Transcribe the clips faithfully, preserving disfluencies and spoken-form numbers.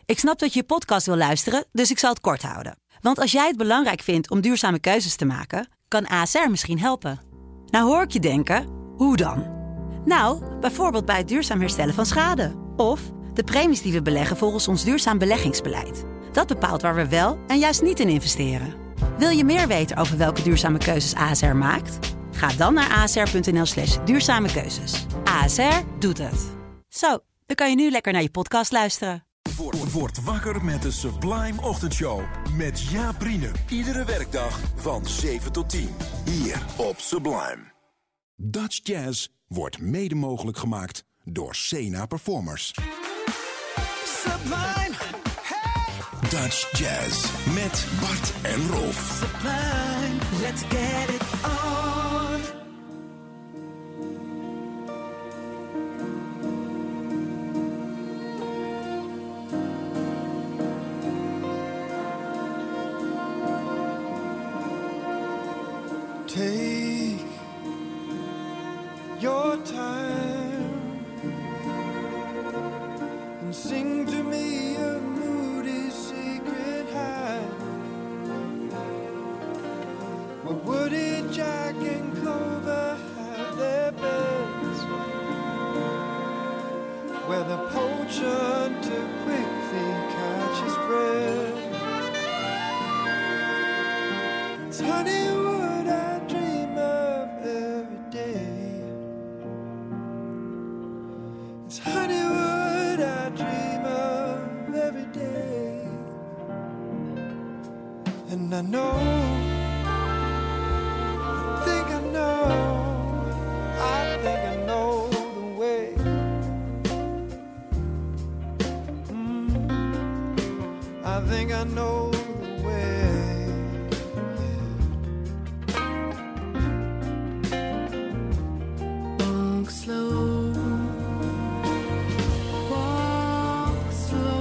Ik snap dat je je podcast wil luisteren, dus ik zal het kort houden. Want als jij het belangrijk vindt om duurzame keuzes te maken, kan A S R misschien helpen. Nou hoor ik je denken, hoe dan? Nou, bijvoorbeeld bij het duurzaam herstellen van schade. Of de premies die we beleggen volgens ons duurzaam beleggingsbeleid. Dat bepaalt waar we wel en juist niet in investeren. Wil je meer weten over welke duurzame keuzes A S R maakt? Ga dan naar asr.nl slash duurzame keuzes. A S R doet het. Zo, dan kan je nu lekker naar je podcast luisteren. Word, word wakker met de Sublime Ochtendshow. Met Jaap Brienen. Iedere werkdag van zeven tot tien. Hier op Sublime. Dutch Jazz wordt mede mogelijk gemaakt door Sena Performers. Sublime, hey! Dutch Jazz met Bart en Rolf. Sublime, let's get it on. Take your time and sing to me a moody secret high. Where Woody, Jack, and Clover have their beds, where the poacher too quickly catches bread. It's Honeywood I dream of every day. It's Honeywood I dream of every day. And I know, I think I know, I think I know the way. Mm, I think I know the way. Walk slow, walk slow.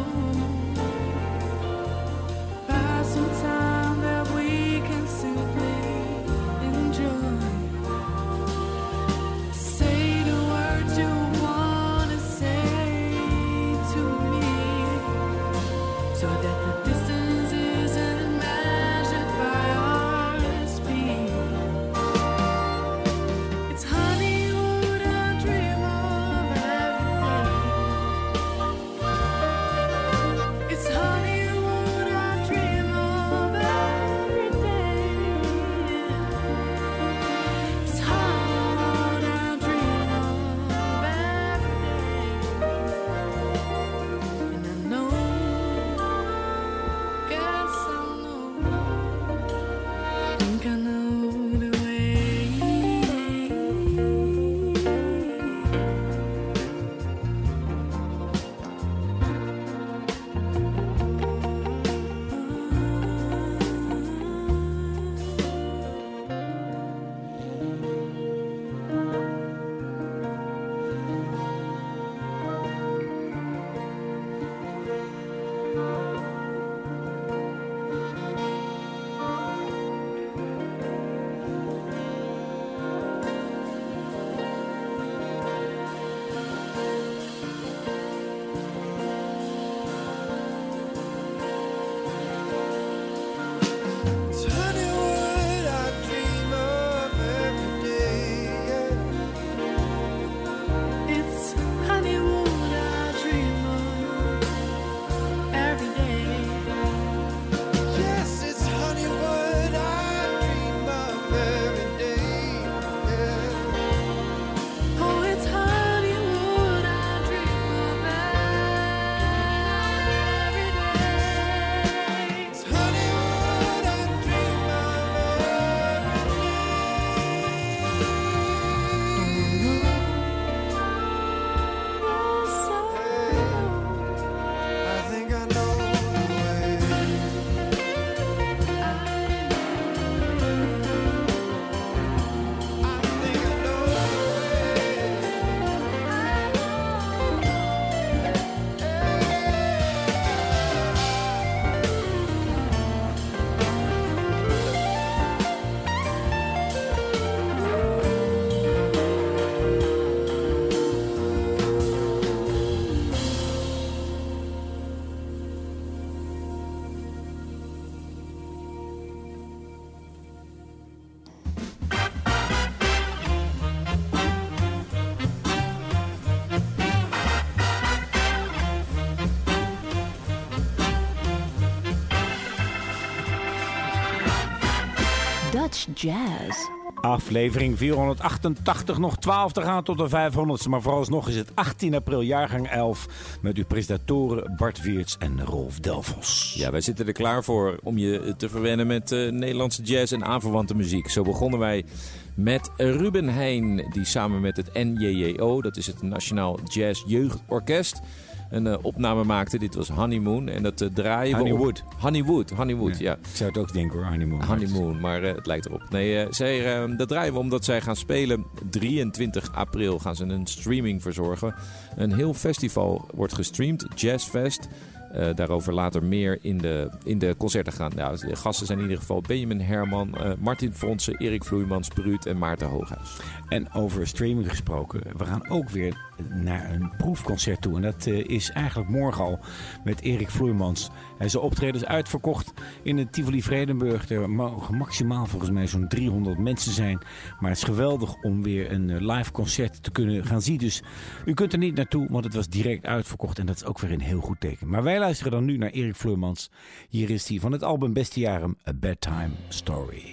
Buy some time that we can simply enjoy. Say the words you wanna say to me, so that the distance is Dutch Jazz. Aflevering vierhonderdachtentachtig, nog twaalf te gaan tot de vijfhonderdste. Maar vooralsnog is het achttien april, jaargang elf... met uw presentatoren Bart Weerts en Rolf Delfos. Ja, wij zitten er klaar voor om je te verwennen met uh, Nederlandse jazz en aanverwante muziek. Zo begonnen wij met Ruben Heijn, die samen met het N J J O... dat is het Nationaal Jazz Jeugdorkest... een uh, opname maakte. Dit was Honeymoon. En dat uh, draaien Honeywood. we op... Honeywood. Honeywood, ja. ja. Ik zou het ook denken hoor, Honeymoon. Honeymoon, maar uh, het lijkt erop. Nee, uh, zij, uh, dat draaien we omdat zij gaan spelen. drieëntwintig april gaan ze een streaming verzorgen. Een heel festival wordt gestreamd. Jazzfest. Uh, daarover later meer in de, in de concerten gaan. Nou, de gasten zijn in ieder geval Benjamin Herman, uh, Martin Fronsen, Erik Vloeimans, Bruut en Maarten Hooghuis. En over streaming gesproken, we gaan ook weer naar een proefconcert toe. En dat uh, is eigenlijk morgen al met Erik Vloeimans. Hij zijn optreden is uitverkocht in het Tivoli Vredenburg. Er mogen maximaal volgens mij zo'n driehonderd mensen zijn. Maar het is geweldig om weer een uh, live concert te kunnen gaan zien. Dus u kunt er niet naartoe, want het was direct uitverkocht. En dat is ook weer een heel goed teken. Maar wij luisteren dan nu naar Erik Vloeimans. Hier is hij van het album Beste Jaren, A Bedtime Story.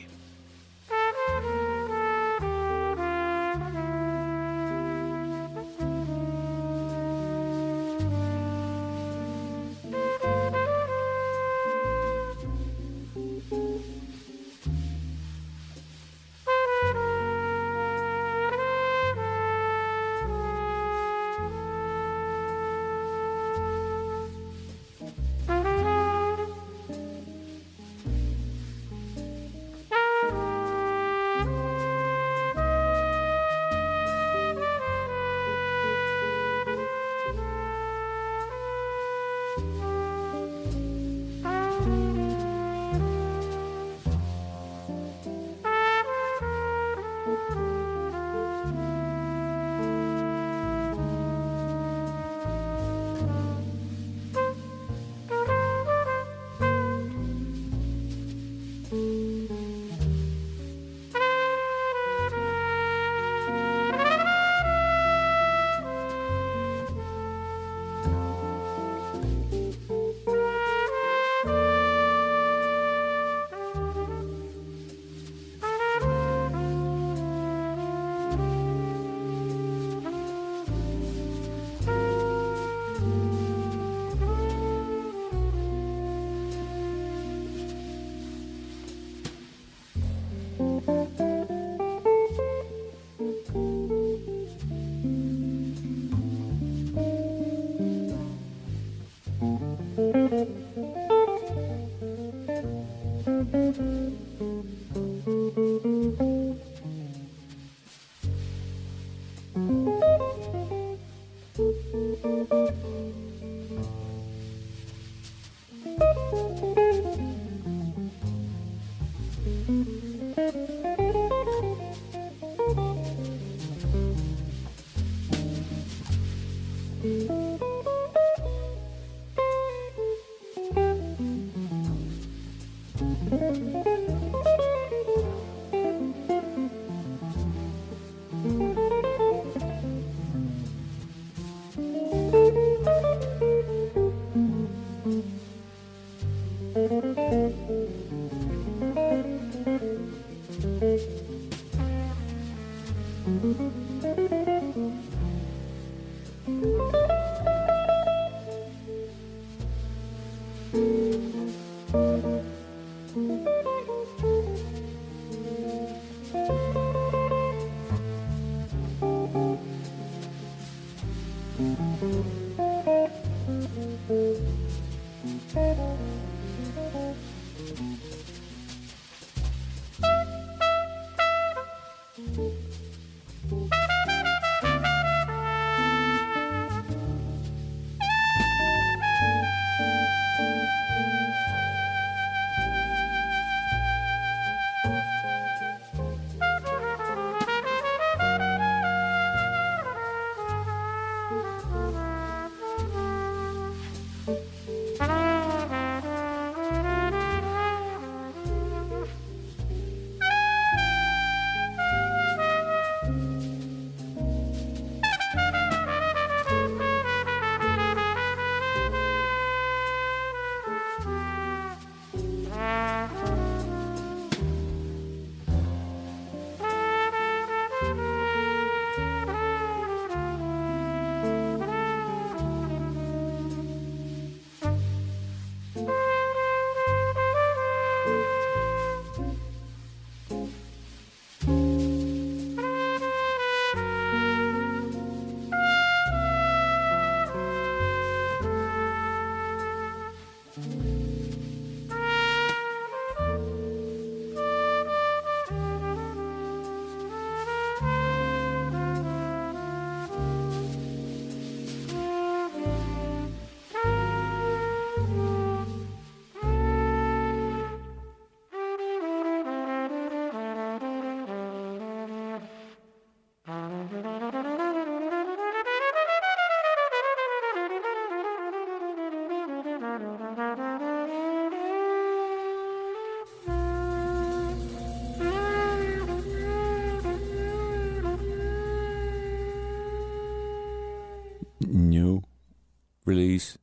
Release.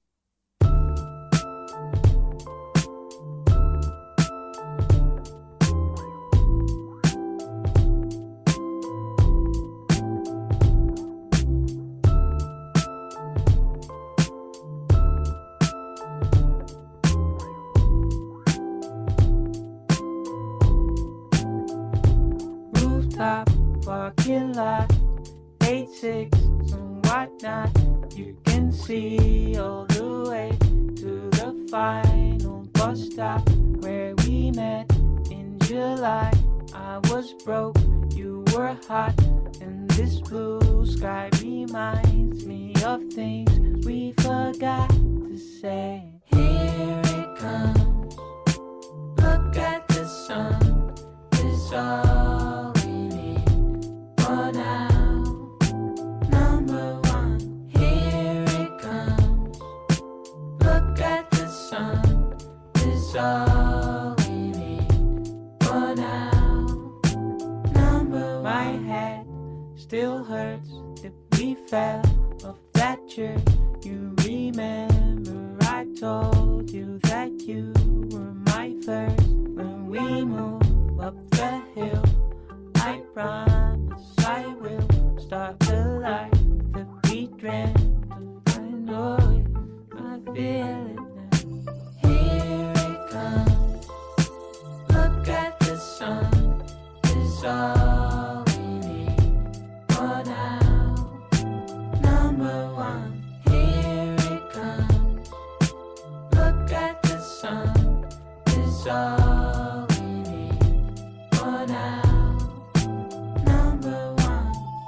Rooftop, parking lot, eight six and whatnot. You can see all the way to the final bus stop where we met in July. I was broke, you were hot, and this blue sky reminds me of things we forgot to say. Here it comes, look at the sun, it's all we need for now. Number one, here it comes, look at the sun, it's all we need for now. Number one, my head still hurts if we fell off that church. You remember I told you that you were my first when we moved up the hill. I promise I will start the life that we dreamt of. I know it, I feel it now. Here it comes, look at the sun, it's all we need for now. Number one, here it comes, look at the sun, it's all we need for now. Number one.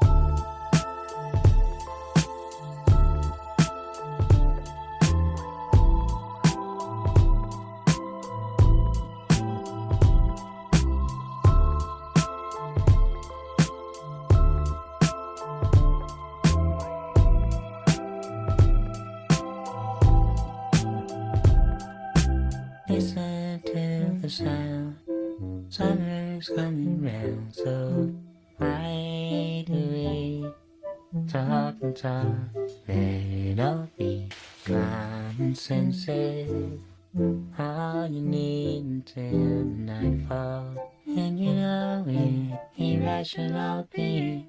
Listen to the sound, summer's coming round, so right away, talk and talk, let it all be common sense, all you need until the nightfall, and you know it, irrational peace.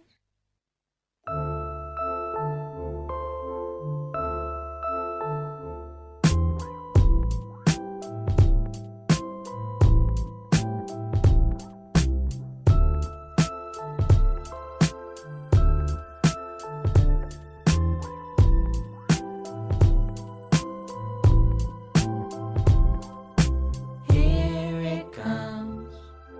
Here it comes.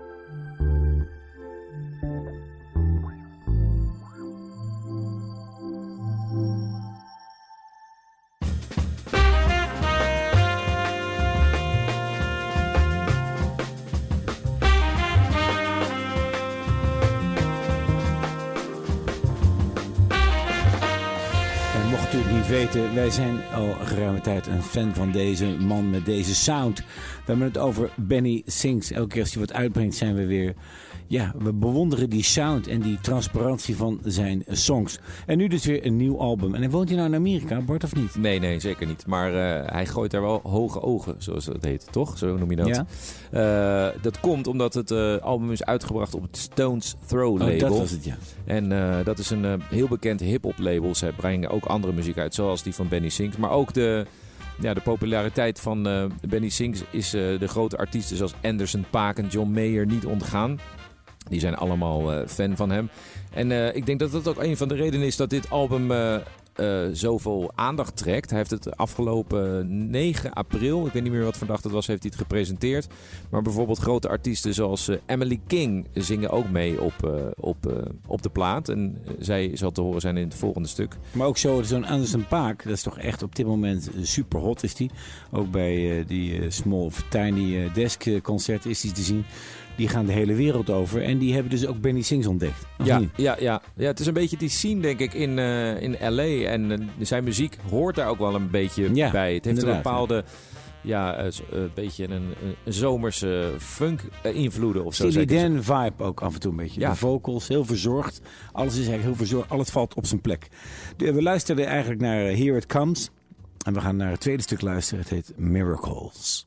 En mocht u het niet weten, wij zijn al geruime tijd een fan van deze man met deze sound. We hebben het over Benny Sings. Elke keer als hij wat uitbrengt zijn we weer... Ja, we bewonderen die sound en die transparantie van zijn songs. En nu dus weer een nieuw album. En woont hij nou in Amerika, Bart, of niet? Nee, nee, zeker niet. Maar uh, hij gooit daar wel hoge ogen, zoals dat heet, toch? Zo noem je dat. Ja. Uh, dat komt omdat het uh, album is uitgebracht op het Stones Throw label. Oh, dat was het, ja. En uh, dat is een uh, heel bekend hip-hop label. Zij brengen ook andere muziek uit, zoals die van Benny Sings. Maar ook de... Ja, de populariteit van uh, Benny Sings is uh, de grote artiesten zoals Anderson .Paak en John Mayer niet ontgaan. Die zijn allemaal uh, fan van hem. En uh, ik denk dat dat ook een van de redenen is dat dit album uh, uh, zoveel aandacht trekt. Hij heeft het afgelopen negen april, ik weet niet meer wat vandaag dat was, heeft hij het gepresenteerd. Maar bijvoorbeeld grote artiesten zoals uh, Emily King zingen ook mee op, uh, op, uh, op de plaat. En uh, zij zal te horen zijn in het volgende stuk. Maar ook zo, zo'n Anderson .Paak, dat is toch echt op dit moment super hot is die. Ook bij uh, die uh, Small of Tiny uh, Desk uh, concert is die te zien. Die gaan de hele wereld over. En die hebben dus ook Benny Sings ontdekt. Ja, ja, ja. ja, het is een beetje die scene, denk ik, in, uh, in L A. En uh, zijn muziek hoort daar ook wel een beetje ja, bij. Het heeft een bepaalde... Ja, een uh, uh, beetje een, een zomerse funk-invloeden of zo. Steely Dan vibe ook af en toe een beetje. Ja. De vocals, heel verzorgd. Alles is eigenlijk heel verzorgd. Alles valt op zijn plek. De, we luisterden eigenlijk naar Here It Comes. En we gaan naar het tweede stuk luisteren. Het heet Miracles.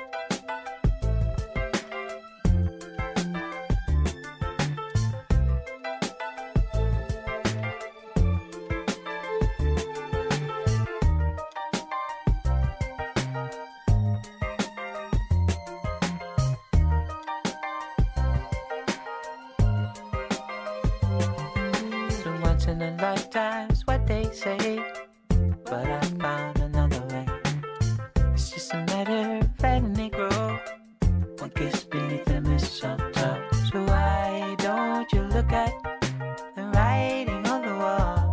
In a lifetime's what they say, but I found another way. It's just a matter of letting it grow. One kiss beneath the mistletoe. So why don't you look at the writing on the wall?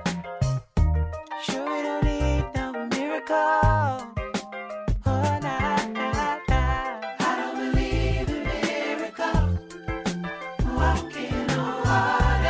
Sure, we don't need no miracle. Oh, nah, nah, nah. I don't believe in miracles. Walking on water.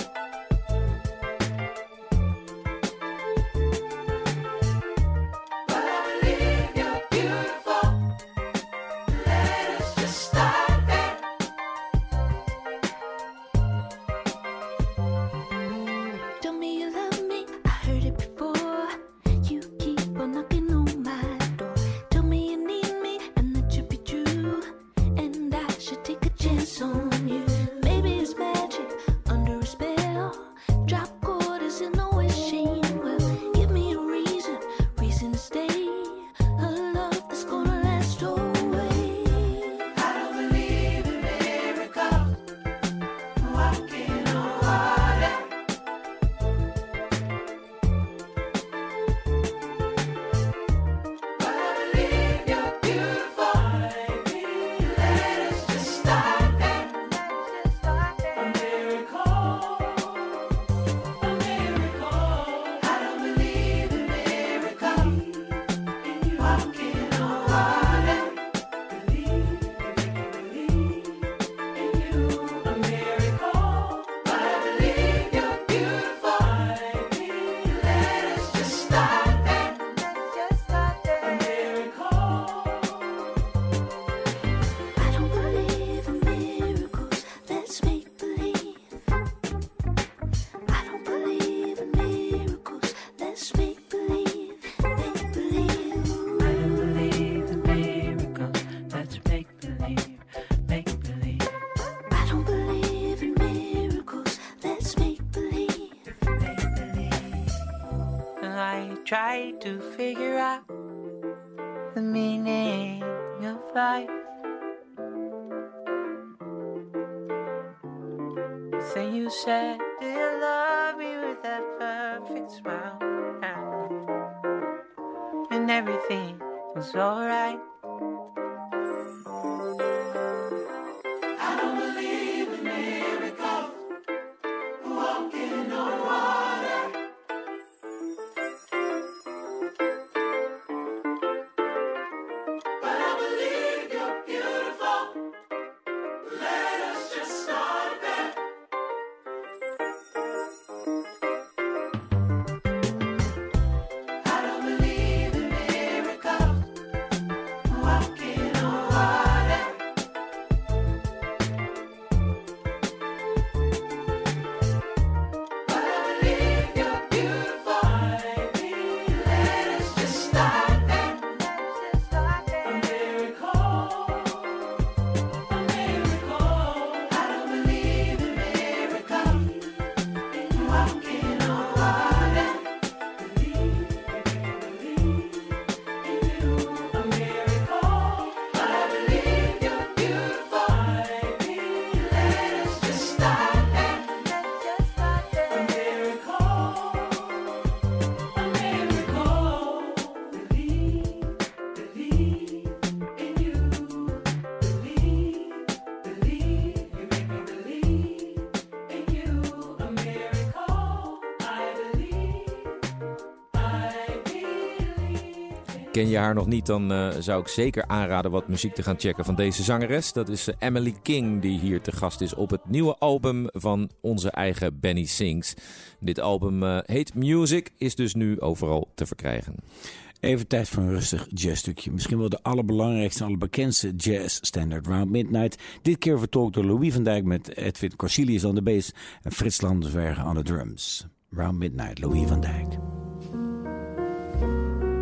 Try to figure out the meaning of life. Then you said, do you love me with that perfect smile? And everything was alright. I don't believe in miracles, walking on water. Ken je haar nog niet, dan uh, zou ik zeker aanraden wat muziek te gaan checken van deze zangeres. Dat is uh, Emily King, die hier te gast is op het nieuwe album van onze eigen Benny Sings. Dit album uh, heet Music, is dus nu overal te verkrijgen. Even tijd voor een rustig jazzstukje. Misschien wel de allerbelangrijkste, allerbekendste jazzstandard, Round Midnight. Dit keer vertolkt door Louis van Dijk met Edwin Corsilius aan de bass en Frits Landersbergen aan de drums. Round Midnight, Louis van Dijk.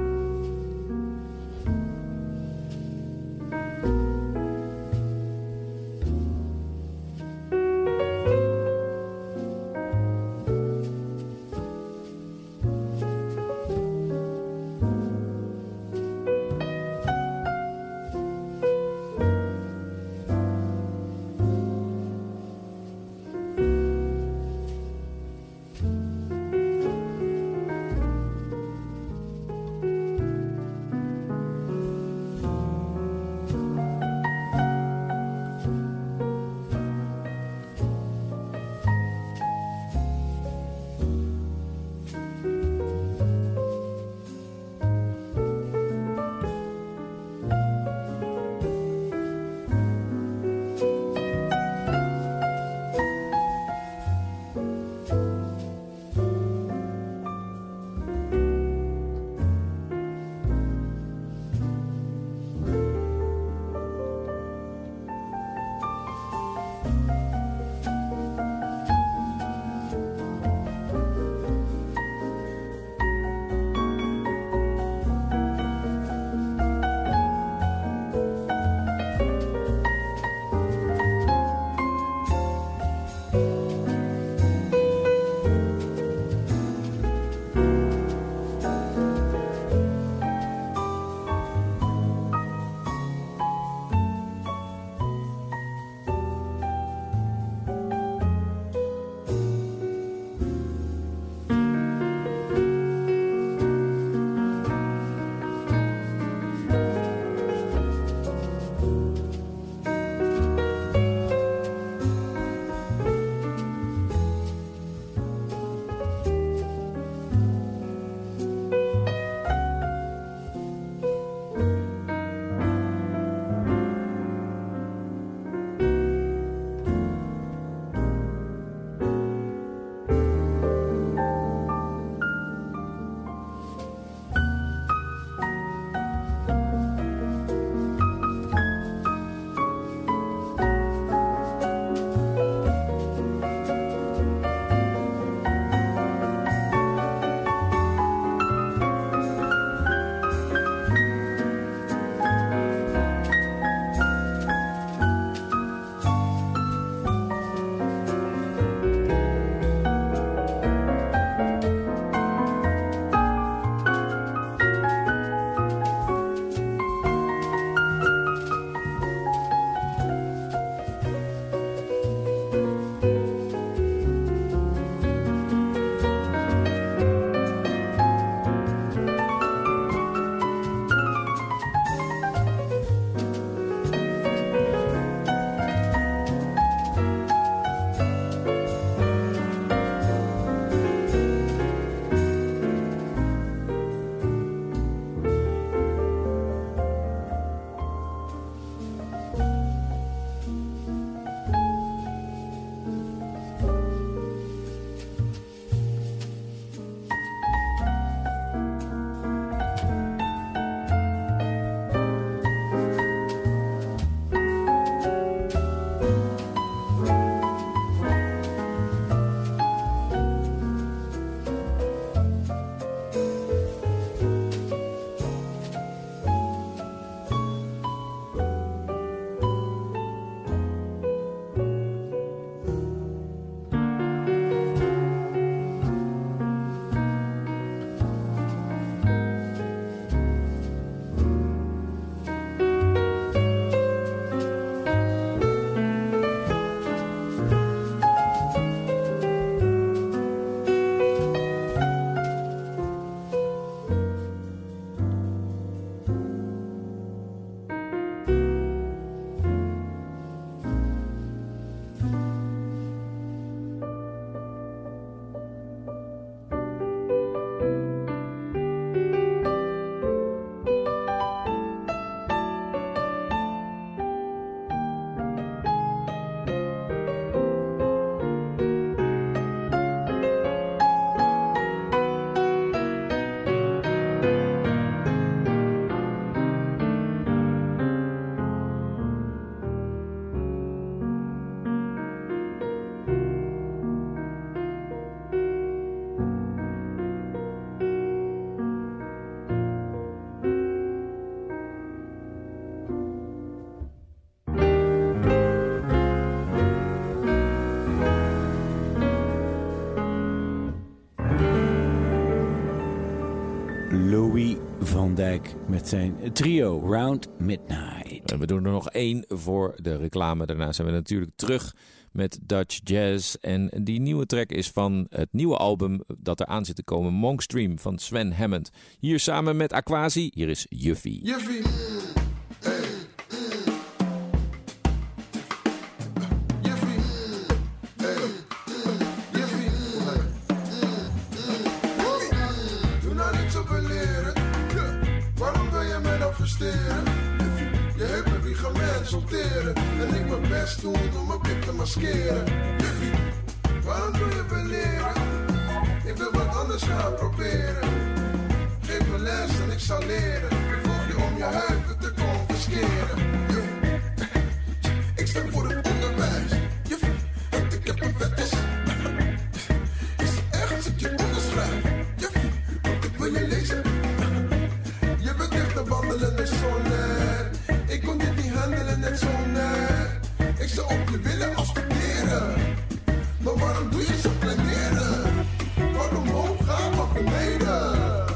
van Dijk met zijn trio Round Midnight. En we doen er nog één voor de reclame. Daarna zijn we natuurlijk terug met Dutch Jazz. En die nieuwe track is van het nieuwe album dat eraan zit te komen, Monkstream van Sven Hammond. Hier samen met Aquasi, hier is Juffie. Juffie. Je hebt me wie gaan sorteren en ik mijn best doen om mijn blik te maskeren. Juffie, waarom doe je beleren? Ik wil wat anders gaan proberen. Geef me les en ik zal leren. Ik volg je om je heupen te confisceren. Juffie, ik sta voor het onderwijs. Juffie, want ik heb een fetish. Is het echt dat je onderschrijft? Juffie, want ik wil je lezen. Je bent echt een wandelende zonne. Ik kon dit niet handelen net zo net. Ik zou op je willen afstuderen. Maar waarom doe je zo planeren? Waarom hoog gaan wat beneden?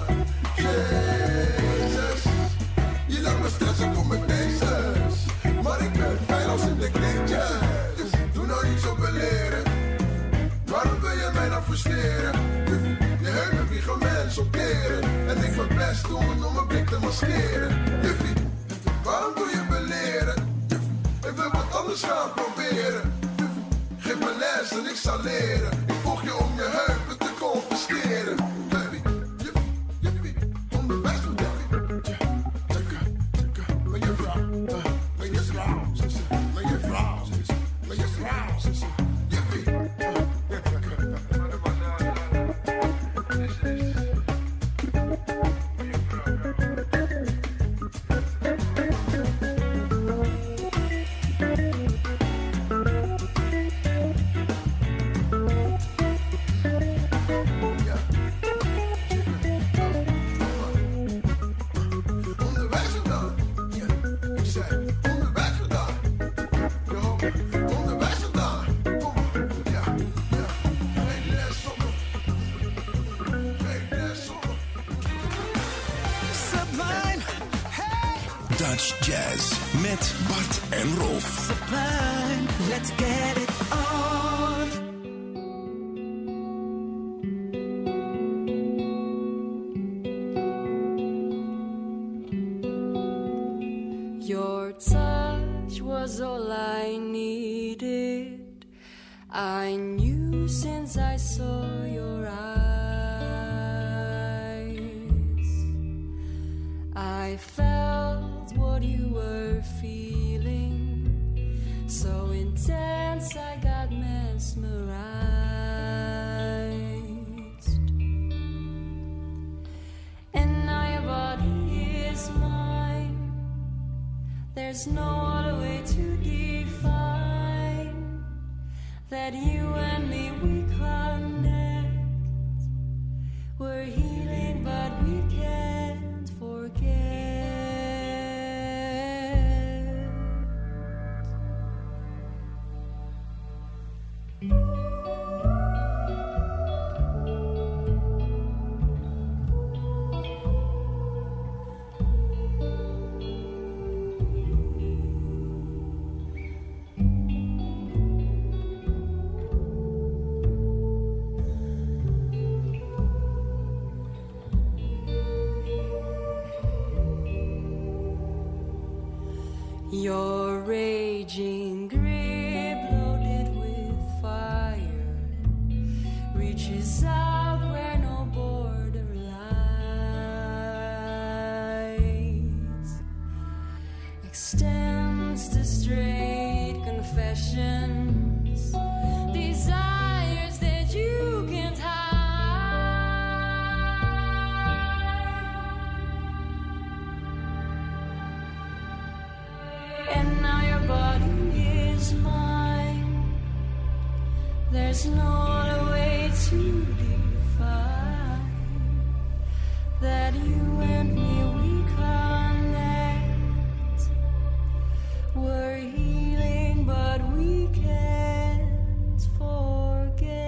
Jezus, je laat me stressen voor mijn thesis. Maar ik ben fijn als in de kleedjes. Dus doe nou niet zo beleren. Waarom wil je mij nou frustreren? Je heupt me wie gaan mensen opkeren. En ik mijn best doen om mijn blik te maskeren. Juffie, waarom doe je beleren? Juffie, ik wil wat anders gaan proberen. Juffie, geef me les en ik zal leren. Ik volg je om je heupen te confisceren. Juffie, juffie, juffie, onderwijs doet juffie. Tjekka, tjekka, ben je vrouw, ben je vrouw, ben je vrouw, ben je vrouw, juffie. Dutch Jazz met Bart en Rolf. Sublime, let's get it on. Your touch was all I needed. I knew since I saw your eyes. I felt what you were feeling, so intense I got mesmerized. And now your body is mine. There's no other way to define that you and me we connect. We're healing but we can't forget. Your raging grip loaded with fire reaches out where no border lies, extends to straight confessions, desires that you can't hide. And now your body is mine. There's no other way to define that you and me we connect. We're healing but we can't forget.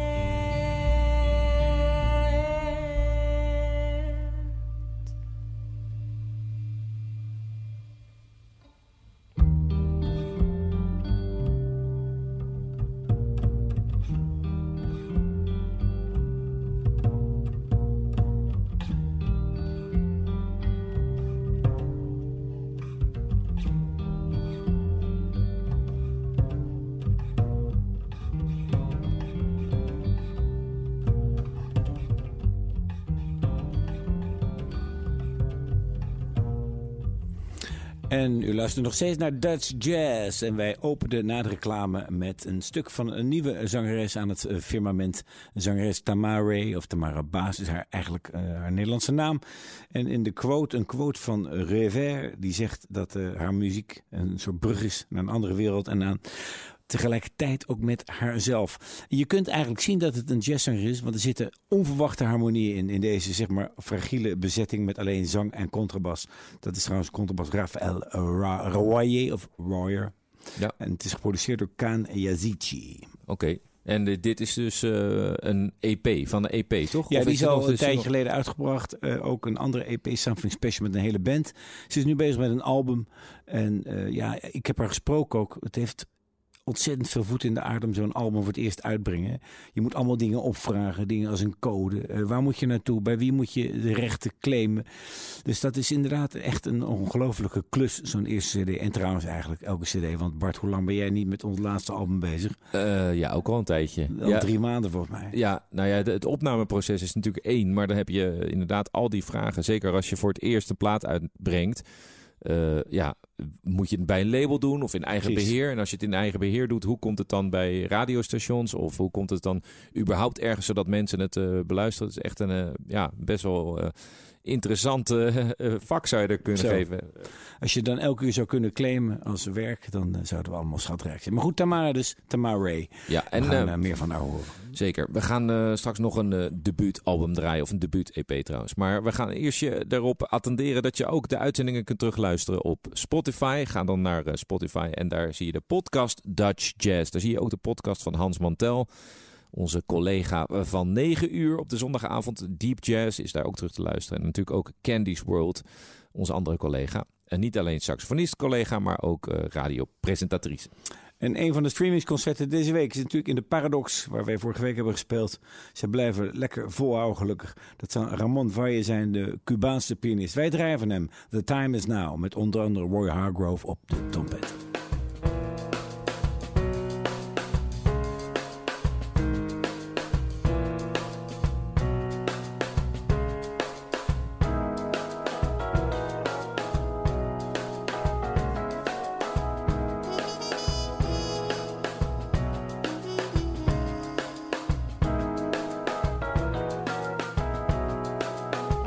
En u luistert nog steeds naar Dutch Jazz. En wij openden na de reclame met een stuk van een nieuwe zangeres aan het firmament. Een zangeres Tamara, of Tamara Baas is haar, eigenlijk uh, haar Nederlandse naam. En in de quote, een quote van Revers, die zegt dat uh, haar muziek een soort brug is naar een andere wereld en aan... tegelijkertijd ook met haarzelf. Je kunt eigenlijk zien dat het een jazzzanger is, want er zitten onverwachte harmonieën in, in deze, zeg maar, fragiele bezetting met alleen zang en contrabas. Dat is trouwens contrabas Raphaël Ra- Royer of Royer. Ja. En het is geproduceerd door Kaan Yazici. Oké. Okay. En uh, dit is dus uh, een E P, van de E P, toch? Ja, of die is is al nog een de tijdje single? geleden uitgebracht. Uh, ook een andere E P, Something Special, met een hele band. Ze is nu bezig met een album. En uh, ja, ik heb haar gesproken ook. Het heeft ontzettend veel voet in de aarde om zo'n album voor het eerst uitbrengen. Je moet allemaal dingen opvragen, dingen als een code. Uh, waar moet je naartoe? Bij wie moet je de rechten claimen? Dus dat is inderdaad echt een ongelofelijke klus, zo'n eerste cd. En trouwens eigenlijk elke cd. Want Bart, hoe lang ben jij niet met ons laatste album bezig? Uh, ja, ook al een tijdje. Al ja. drie maanden volgens mij. Ja, nou ja, de, het opnameproces is natuurlijk één. Maar dan heb je inderdaad al die vragen. Zeker als je voor het eerst een plaat uitbrengt. Uh, ja, moet je het bij een label doen of in eigen Precies. beheer? En als je het in eigen beheer doet, hoe komt het dan bij radiostations? Of hoe komt het dan überhaupt ergens zodat mensen het uh, beluisteren? Het is echt een uh, ja, best wel uh, interessante uh, vak zou je er kunnen Zo. geven. Als je dan elke uur zou kunnen claimen als werk, dan uh, zouden we allemaal schatrijk zijn. Maar goed, Tamara dus, Tamara Ray. Ja, en we gaan uh, uh, meer van haar horen. Zeker. We gaan uh, straks nog een uh, debuutalbum draaien. Of een debuut-E P trouwens. Maar we gaan eerst je erop attenderen dat je ook de uitzendingen kunt terugluisteren op Spotify. Ga dan naar uh, Spotify en daar zie je de podcast Dutch Jazz. Daar zie je ook de podcast van Hans Mantel. Onze collega van negen uur op de zondagavond. Deep Jazz is daar ook terug te luisteren. En natuurlijk ook Candy's World, onze andere collega. En niet alleen saxofonist-collega, maar ook uh, radiopresentatrice. En een van de streamingsconcerten deze week is natuurlijk in de Paradox, waar wij vorige week hebben gespeeld. Ze blijven lekker volhouden, gelukkig. Dat zal Ramon Valle zijn, de Cubaanse pianist. Wij draaien van hem The Time Is Now, met onder andere Roy Hargrove op de trompet.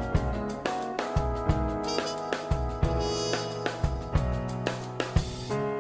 Thank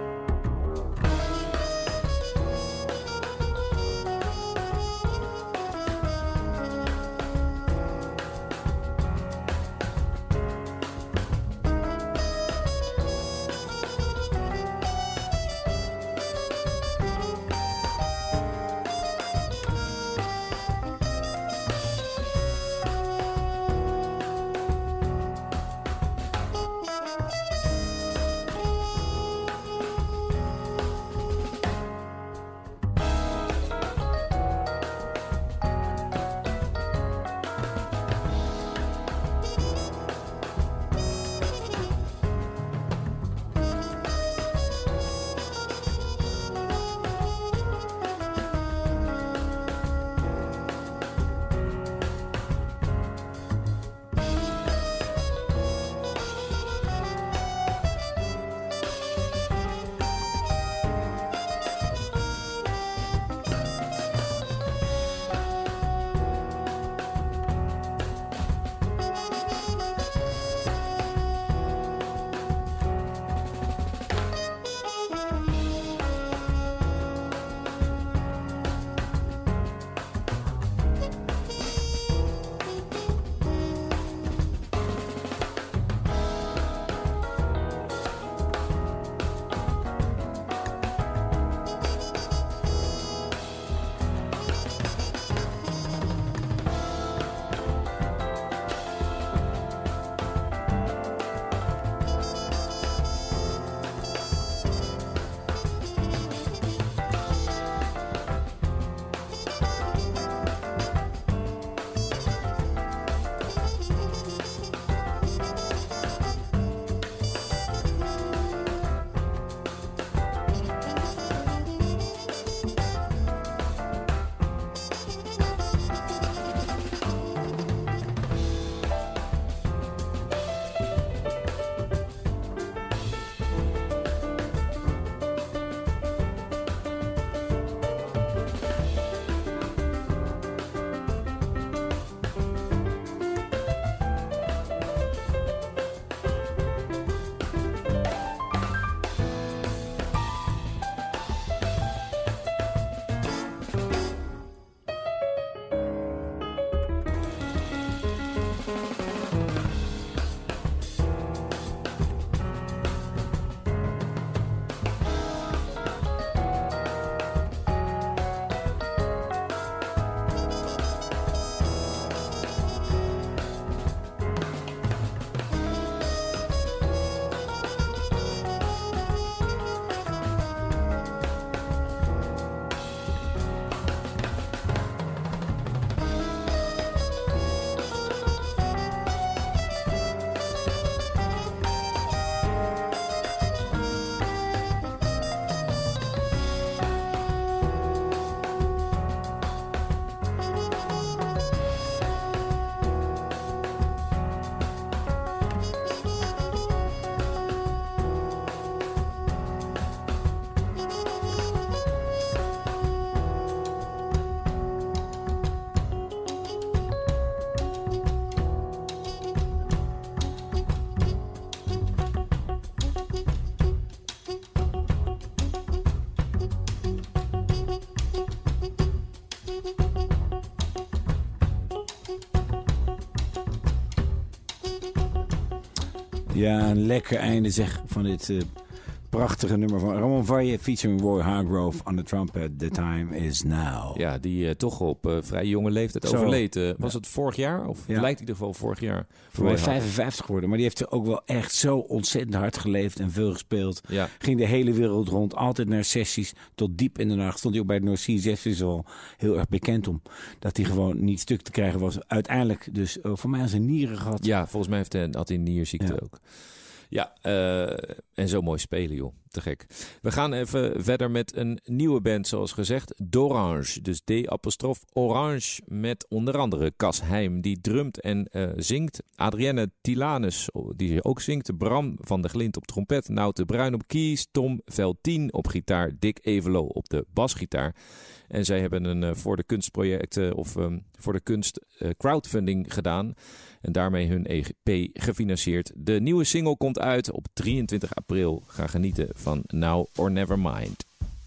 Ja, een lekker einde zeg van dit uh, prachtige nummer van Ramon Valle featuring Roy Hargrove on the trumpet. The time is now. Ja, die uh, toch op uh, vrij jonge leeftijd Zo. overleed. Uh, was Ja. het vorig jaar? Of Ja. het lijkt in ieder geval vorig jaar. Voor mij Roy Har- vijfenvijftig geworden. Maar die heeft er ook wel echt zo ontzettend hard geleefd en veel gespeeld. Ja. Ging de hele wereld rond. Altijd naar sessies. Tot diep in de nacht. Stond hij ook bij het North Sea Jazz Festival heel erg bekend om. Dat hij gewoon niet stuk te krijgen was. Uiteindelijk dus uh, voor mij aan zijn nieren gehad. Ja, volgens mij heeft hij, had hij een nierziekte Ja. ook. Ja, uh, en zo mooi spelen, joh. Te gek. We gaan even verder met een nieuwe band, zoals gezegd. D'Orange. Dus D-apostrof Orange. Met onder andere Cas Heim, die drumt en uh, zingt. Adrienne Tilanus, die ook zingt. Bram van der Glint op trompet. Nout de Bruin op keys. Tom Veltien op gitaar. Dick Evelo op de basgitaar. En zij hebben een uh, voor de kunstproject uh, of um, voor de kunst uh, crowdfunding gedaan. En daarmee hun E P gefinancierd. De nieuwe single komt uit op drieëntwintig april. Ga genieten van Now or Never Mind.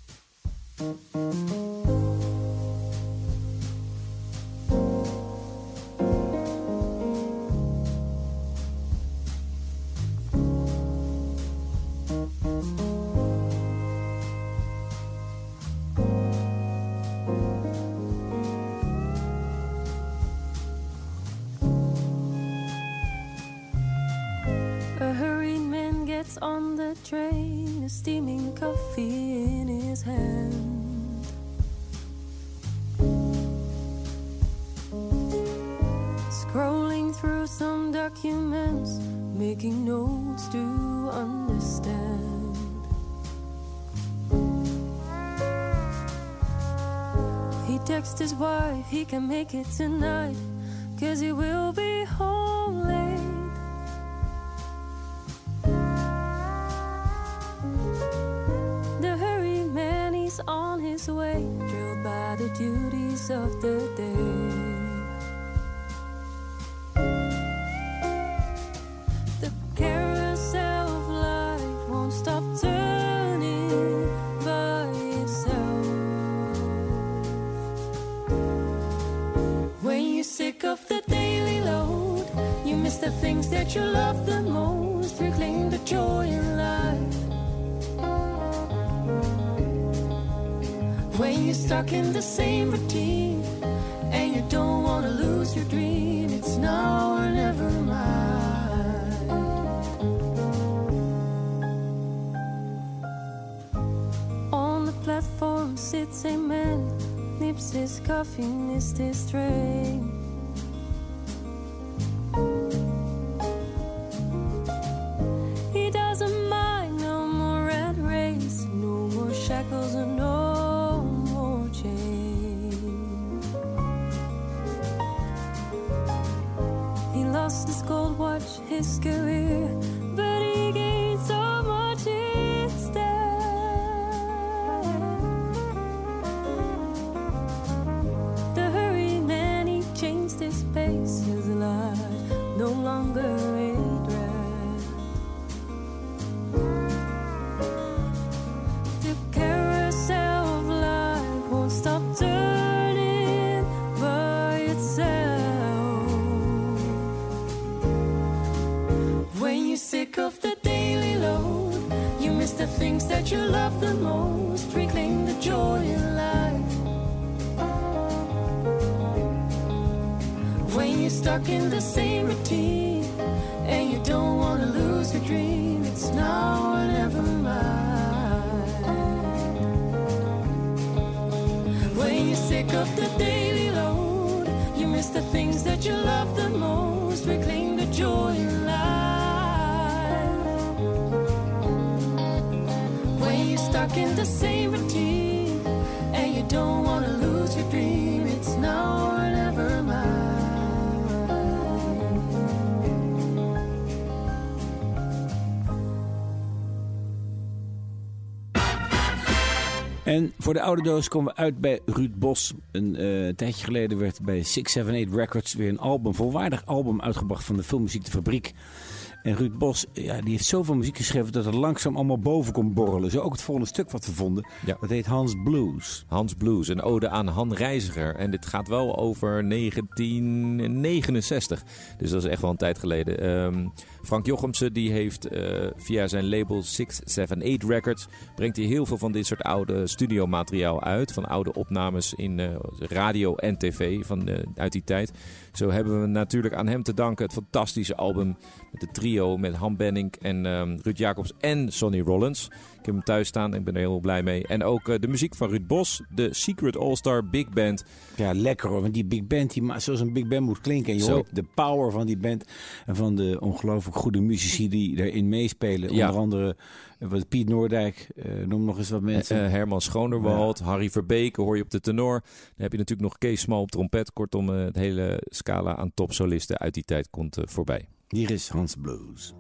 A hurried man gets on the train, a steaming coffee in his hand. Scrolling through some documents, making notes to understand. He texts his wife, he can make it tonight, 'cause he will be home late. The hurried man, he's on his way, drilled by the duties of the day. The carousel of life won't stop turning by itself. When you're sick of the daily load, you miss the things that you love the most. Reclaim the joy in life. When you're stuck in the same routine and you don't want to lose your dream, it's now or never mind. On the platform sits a man, nips his coffee, missed his train. He doesn't mind, no more rat race, no more shackles and no more chains. He lost his gold watch, his career, but he gained so much instead. The hurried man, he changed his pace, his life no longer a drag. The carousel of life won't stop turning by itself. When you're sick of the daily load, you miss the things that you love the most. Reclaim the joy in life. When you're stuck in the same routine and you don't want to lose your dream, it's now or never mind. When you're sick of the daily load, you miss the things that you love the most. Reclaim the joy in life. When you're stuck in the same routine and you don't want to lose your dream, it's now or never mind. En voor de oude doos komen we uit bij Ruud Bos. Een uh, tijdje geleden werd bij zes zeven acht Records weer een album, een volwaardig album uitgebracht van de filmmuziek De Fabriek. En Ruud Bos, ja, die heeft zoveel muziek geschreven dat het langzaam allemaal boven komt borrelen. Zo ook het volgende stuk wat we vonden. Ja. Dat heet Hans Blues. Hans Blues, een ode aan Han Reiziger. En dit gaat wel over negentien negenenzestig. Dus dat is echt wel een tijd geleden. Um, Frank Jochemsen die heeft uh, via zijn label zes zeven acht Records... brengt hij heel veel van dit soort oude studiomateriaal uit. Van oude opnames in uh, radio en tv van, uh, uit die tijd. Zo hebben we natuurlijk aan hem te danken het fantastische album met het trio met Han Benning en um, Ruud Jacobs en Sonny Rollins. Ik heb hem thuis staan en ik ben er heel blij mee. En ook uh, de muziek van Ruud Bos, de Secret All-Star Big Band. Ja, lekker hoor, want die big band, die, zoals een big band moet klinken. En je Zo. hoort de power van die band en van de ongelooflijk goede muzici die erin meespelen. Ja. Onder andere uh, wat Piet Noordijk, uh, noem nog eens wat mensen. Uh, Herman Schoonderwald, ja. Harry Verbeke hoor je op de tenor. Dan heb je natuurlijk nog Kees Smal op trompet. Kortom, uh, het hele scala aan topsolisten uit die tijd komt uh, voorbij. Hier is Hans Blues.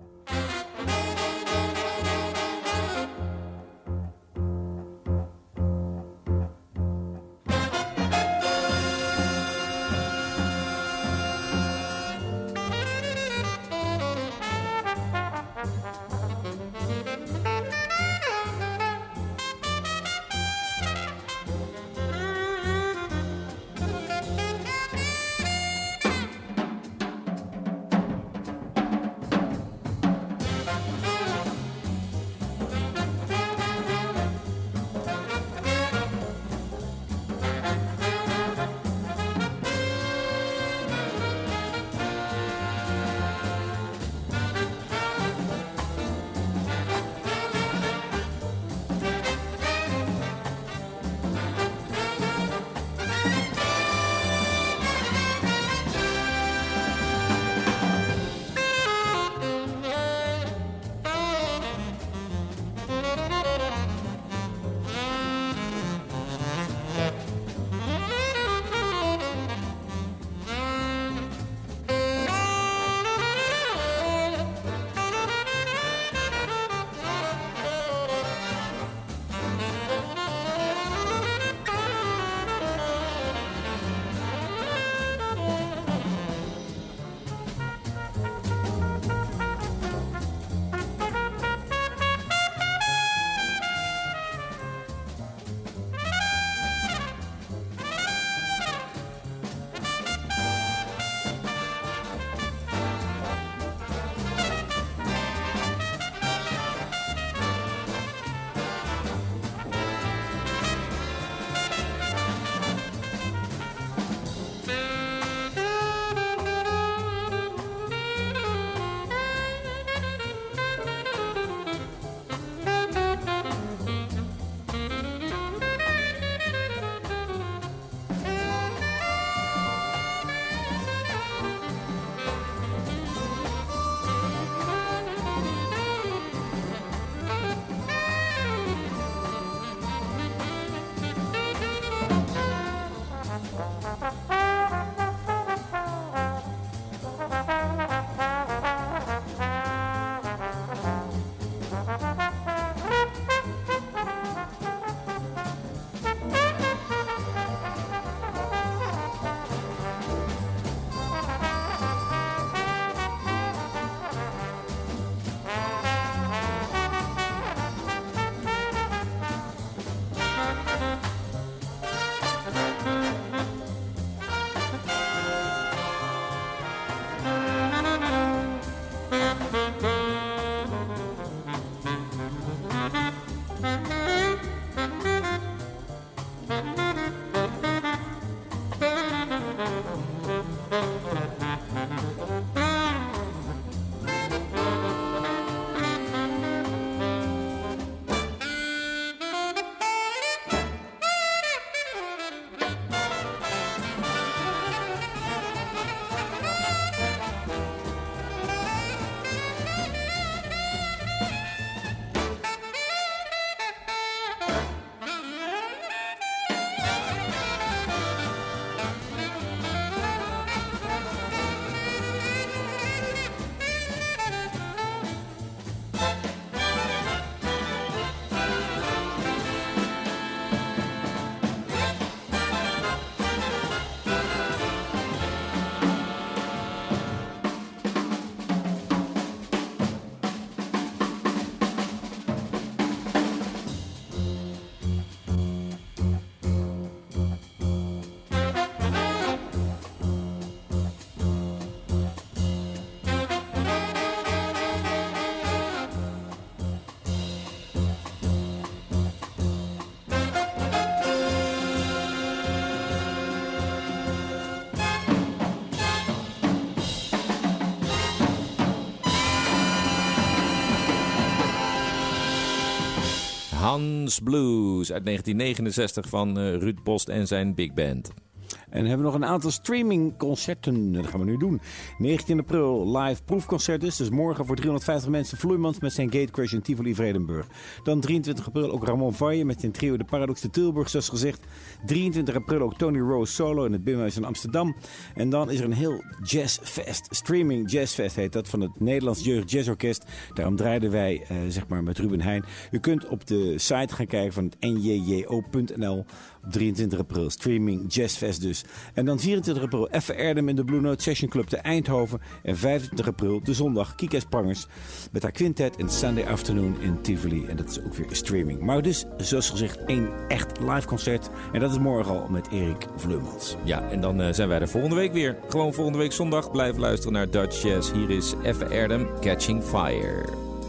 Hans Blues uit negentien negenenzestig van uh, Ruud Post en zijn big band. En hebben we nog een aantal streamingconcerten. Dat gaan we nu doen. negentien april live proefconcert dus. Dus morgen voor driehonderdvijftig mensen Vloeimans met zijn Gatecrash in Tivoli Vredenburg. Dan drieëntwintig april ook Ramon Valle met zijn trio De Paradox te Tilburg, zoals gezegd. drieëntwintig april ook Tony Rose solo in het Bimhuis in Amsterdam. En dan is er een heel jazzfest. Streaming jazzfest heet dat, van het Nederlands Jeugd Jazzorkest. Daarom draaiden wij uh, zeg maar met Ruben Heijn. U kunt op de site gaan kijken van het n j j o punt n l. Op drieëntwintig april Streaming Jazzfest dus. En dan vierentwintig april Effe Erdem in de Blue Note Session Club te Eindhoven. En vijfentwintig april de zondag Kika Sprangers met haar quintet in Sunday Afternoon in Tivoli. En dat is ook weer streaming. Maar dus, zoals gezegd, één echt live concert. En dat is morgen al met Erik Vleumans. Ja, en dan uh, zijn wij er volgende week weer. Gewoon volgende week zondag. Blijf luisteren naar Dutch Jazz. Hier is Effe Erdem, Catching Fire.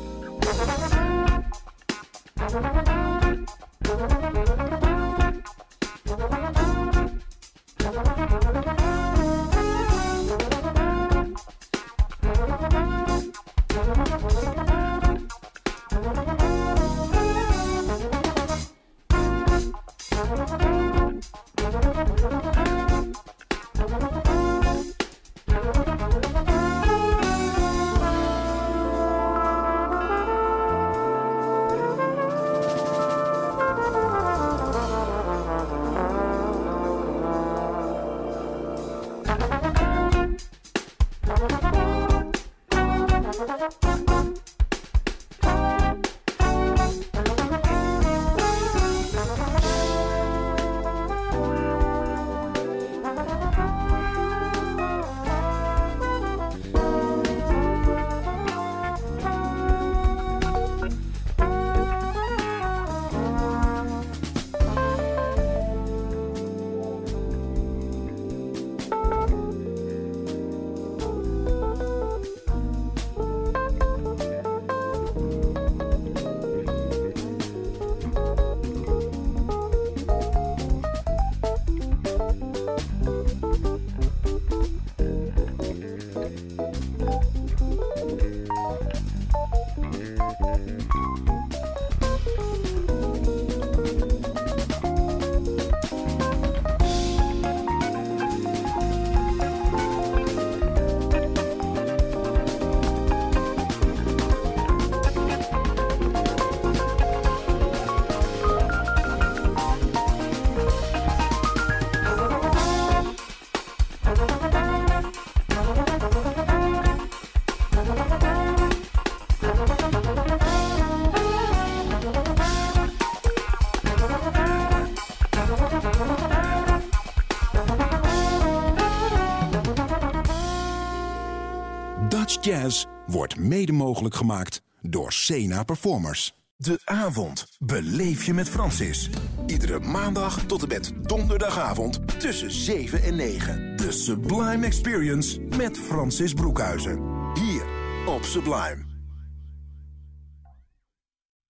Dutch Jazz wordt mede mogelijk gemaakt door Sena Performers. De avond beleef je met Francis. Iedere maandag tot en met donderdagavond tussen zeven en negen. De Sublime Experience met Francis Broekhuizen. Hier op Sublime.